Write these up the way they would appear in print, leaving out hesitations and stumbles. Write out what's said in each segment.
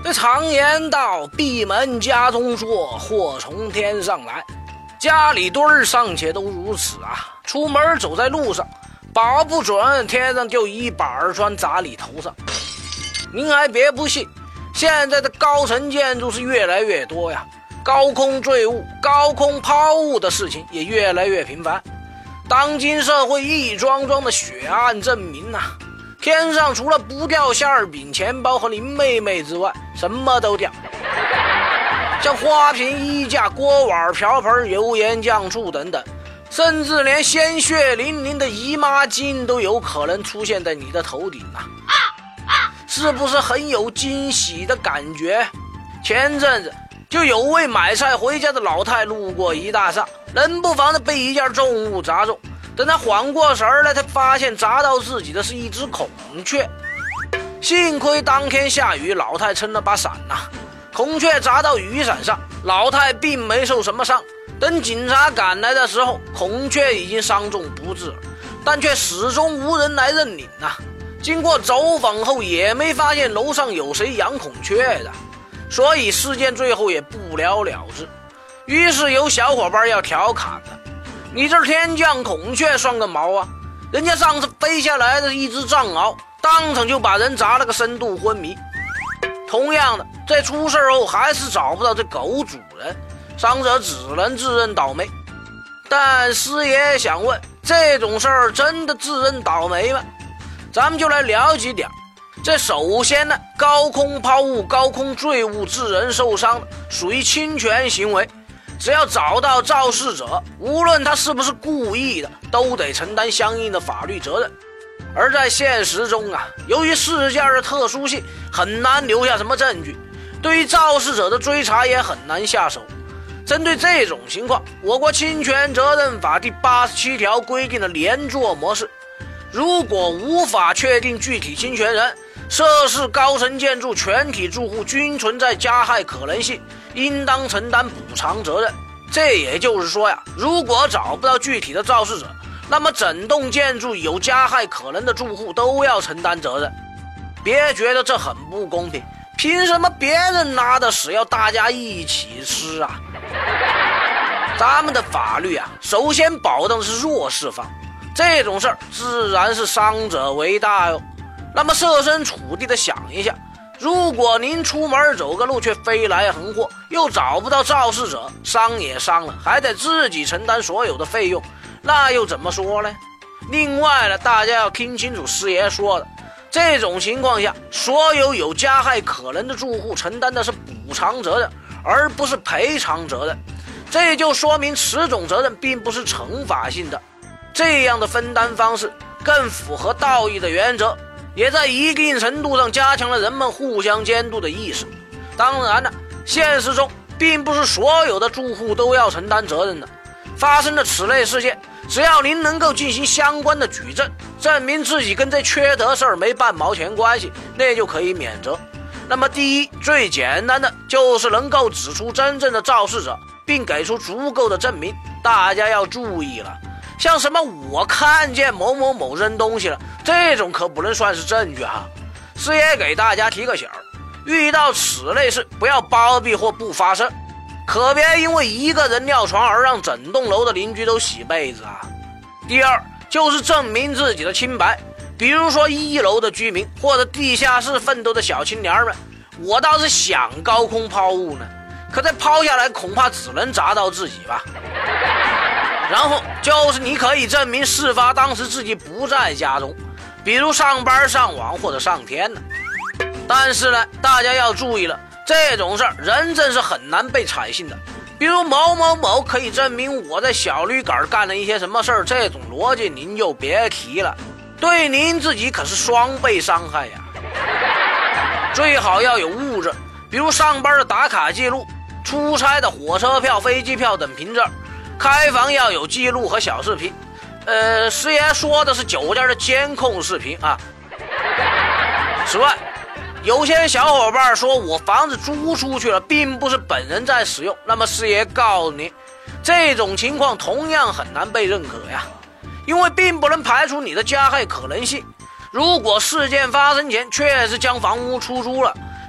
这常言道，闭门家中坐，祸从天上来。家里墩儿尚且都如此啊，出门走在路上，保不准天上就一板砖砸你头上。您还别不信，现在的高层建筑是越来越多呀，高空坠物、高空抛物的事情也越来越频繁。当今社会一桩桩的血案证明啊，天上除了不掉馅儿饼、钱包和林妹妹之外，什么都掉。像花瓶、衣架、锅碗、瓢盆、油盐酱醋等等，甚至连鲜血淋淋的姨妈巾都有可能出现在你的头顶啊！是不是很有惊喜的感觉？前阵子就有位买菜回家的老太路过一大厦，冷不防的被一件重物砸中。等他缓过神来，他发现砸到自己的是一只孔雀。幸亏当天下雨，老太撑了把伞孔雀砸到雨伞上，老太并没受什么伤。等警察赶来的时候，孔雀已经伤重不治了，但却始终无人来认领经过走访后，也没发现楼上有谁养孔雀的，所以事件最后也不了了之。于是有小伙伴要调侃了：你这天降孔雀算个毛啊！人家上次飞下来的一只藏獒，当场就把人砸了个深度昏迷。同样的，在出事后还是找不到这狗主人，伤者只能自认倒霉。但师爷想问，这种事儿真的自认倒霉吗？咱们就来聊几点。这首先呢，高空抛物、高空坠物致人受伤的，属于侵权行为。只要找到肇事者，无论他是不是故意的，都得承担相应的法律责任。而在现实中由于事件的特殊性，很难留下什么证据，对于肇事者的追查也很难下手。针对这种情况，我国侵权责任法第87条规定了连坐模式。如果无法确定具体侵权人，涉事高层建筑全体住户均存在加害可能性，应当承担补偿责任。这也就是说如果找不到具体的肇事者，那么整栋建筑有加害可能的住户都要承担责任。别觉得这很不公平，凭什么别人拿的屎要大家一起吃啊？咱们的法律首先保障的是弱势方，这种事儿自然是伤者为大哟。那么设身处地的想一下，如果您出门走个路却飞来横祸，又找不到肇事者，伤也伤了，还得自己承担所有的费用，那又怎么说呢？另外呢，大家要听清楚师爷说的，这种情况下，所有加害可能的住户承担的是补偿责任，而不是赔偿责任。这就说明此种责任并不是惩罚性的，这样的分担方式更符合道义的原则，也在一定程度上加强了人们互相监督的意识。当然了，现实中并不是所有的住户都要承担责任的。发生了此类事件，只要您能够进行相关的举证，证明自己跟这缺德事儿没半毛钱关系，那就可以免责。那么第一，最简单的就是能够指出真正的肇事者，并给出足够的证明。大家要注意了，像什么我看见某某某扔东西了，这种可不能算是证据师爷给大家提个醒儿，遇到此类事不要包庇或不发声，可别因为一个人尿床而让整栋楼的邻居都洗被子第二，就是证明自己的清白，比如说1楼的居民或者地下室奋斗的小青年们，我倒是想高空抛物呢，可再抛下来恐怕只能砸到自己吧。然后就是你可以证明事发当时自己不在家中，比如上班上网或者上天呢。但是呢，大家要注意了，这种事儿人证是很难被采信的。比如某某某可以证明我在小旅馆干了一些什么事儿，这种逻辑您就别提了，对您自己可是双倍伤害最好要有物证，比如上班的打卡记录、出差的火车票、飞机票等凭证，开房要有记录和小视频。师爷说的是酒店的监控视频此外，有些小伙伴说我房子租出去了，并不是本人在使用，那么师爷告诉你，这种情况同样很难被认可因为并不能排除你的加害可能性。如果事件发生前确实将房屋出租了，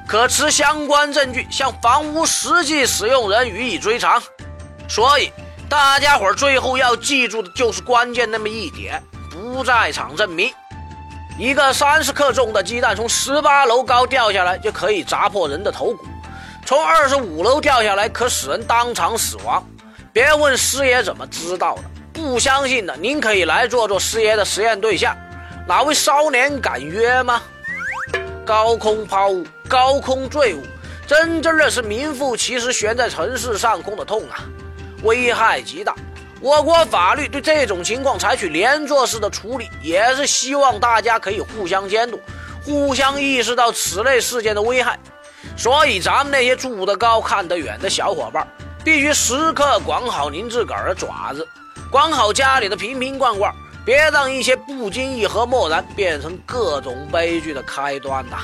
可持相关证据向房屋实际使用人予以追偿。所以大家伙最后要记住的就是关键那么一点，不在场证明。一个30克重的鸡蛋从18楼高掉下来就可以砸破人的头骨，从25楼掉下来可使人当场死亡。别问师爷怎么知道的，不相信的您可以来做做师爷的实验对象，哪位少年敢约吗？高空抛物，高空坠物，真的是名副其实悬在城市上空的痛啊，危害极大。我国法律对这种情况采取连坐式的处理，也是希望大家可以互相监督，互相意识到此类事件的危害。所以咱们那些住得高看得远的小伙伴，必须时刻管好您自个儿的爪子，管好家里的瓶瓶罐罐，别让一些不经意和漠然变成各种悲剧的开端呐。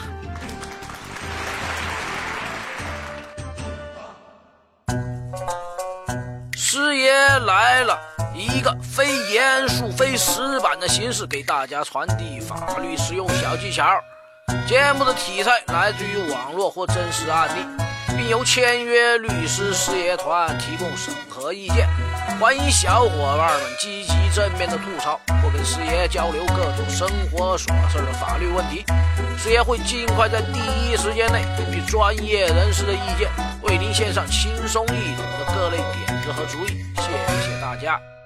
师爷来了，以一个非严肃非死板的形式给大家传递法律实用小技巧。节目的题材来自于网络或真实案例，并由签约律师师爷团提供审核意见。欢迎小伙伴们积极正面的吐槽或跟师爷交流各种生活琐事的法律问题，师爷会尽快在第一时间内根据专业人士的意见，为您献上轻松易懂的各类点子和主意。谢谢大家。